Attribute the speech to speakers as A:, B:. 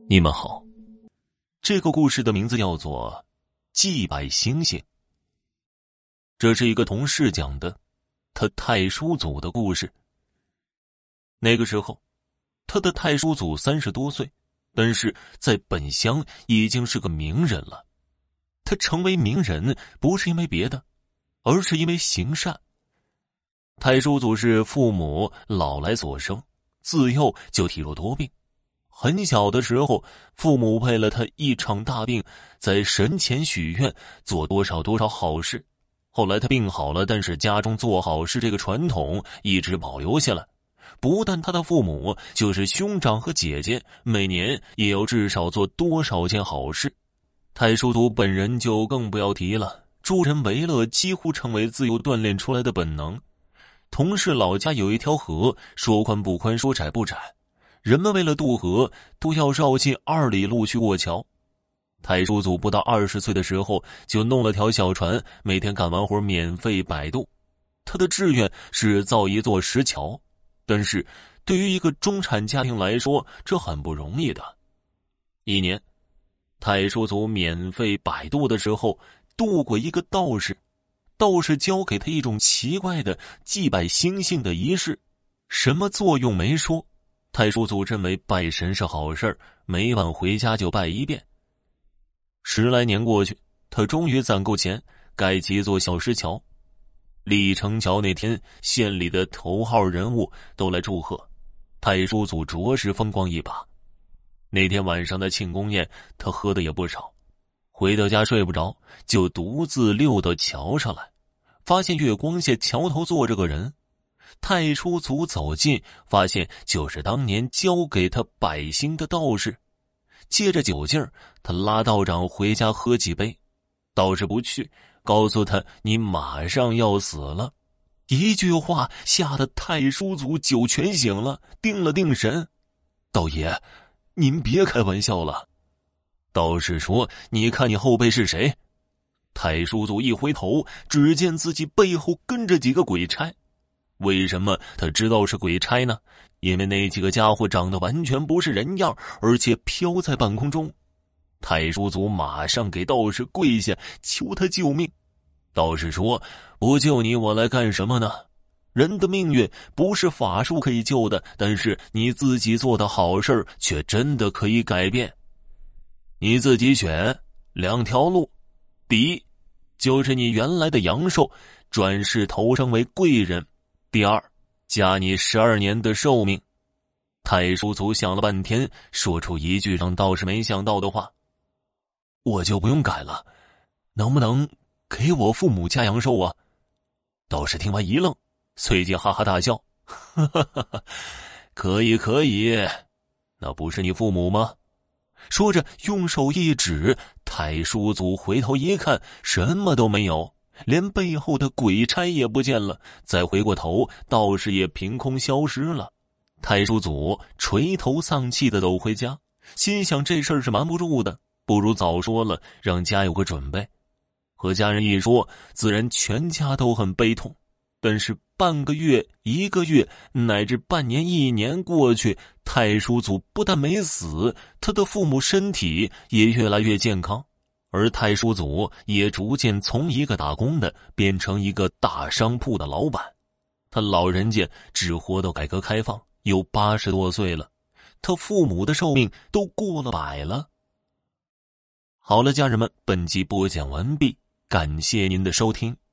A: 你们好，这个故事的名字叫做《祭拜星星》。这是一个同事讲的他太叔祖的故事。那个时候，他的太叔祖30多岁，但是在本乡已经是个名人了。他成为名人不是因为别的，而是因为行善。太叔祖是父母老来所生，自幼就体弱多病。很小的时候，父母为了他一场大病，在神前许愿做多少好事。后来他病好了，但是家中做好事这个传统一直保留下来。不但他的父母，就是兄长和姐姐，每年也要至少做多少件好事。太叔祖本人就更不要提了，助人为乐几乎成为自幼锻炼出来的本能。同是老家有一条河，说宽不宽，说窄不窄。人们为了渡河，都要绕进2里路去过桥。太叔祖不到20岁的时候，就弄了条小船，每天干完活免费摆渡。他的志愿是造一座石桥，但是对于一个中产家庭来说，这很不容易的。一年，太叔祖免费摆渡的时候，渡过一个道士。道士教给他一种奇怪的祭拜星星的仪式，什么作用没说。太叔祖认为拜神是好事，每晚回家就拜一遍。10来年过去，他终于攒够钱，盖起一座小石桥。立成桥那天，县里的头号人物都来祝贺，太叔祖着实风光一把。那天晚上的庆功宴，他喝的也不少。回到家睡不着，就独自溜到桥上来，发现月光下桥头坐着个人。太叔祖走近，发现就是当年教给他拜星的道士。借着酒劲儿，他拉道长回家喝几杯。道士不去，告诉他你马上要死了。一句话吓得太叔祖酒全醒了，定了定神。道爷，您别开玩笑了。道士说，你看你后背是谁？太叔祖一回头，只见自己背后跟着几个鬼差。为什么他知道是鬼差呢？因为那几个家伙长得完全不是人样，而且飘在半空中。太叔祖马上给道士跪下，求他救命。道士说，不救你我来干什么呢？人的命运不是法术可以救的，但是你自己做的好事却真的可以改变。你自己选2条路，第一，就是你原来的阳寿转世投生为贵人，第二，加你12年的寿命。太叔祖想了半天，说出一句让道士没想到的话，我就不用改了，能不能给我父母加阳寿啊？道士听完一愣，随即哈哈大笑，哈哈哈哈，可以，那不是你父母吗？说着用手一指，太叔祖回头一看，什么都没有，连背后的鬼差也不见了。再回过头，道士也凭空消失了。太叔祖垂头丧气地走回家，心想这事儿是瞒不住的，不如早说了，让家有个准备。和家人一说，自然全家都很悲痛。但是半个月、1个月，乃至半年、1年过去，太叔祖不但没死，他的父母身体也越来越健康，而太叔祖也逐渐从一个打工的变成一个大商铺的老板。他老人家只活到改革开放，有80多岁了，他父母的寿命都过了100了。好了，家人们，本集播讲完毕，感谢您的收听。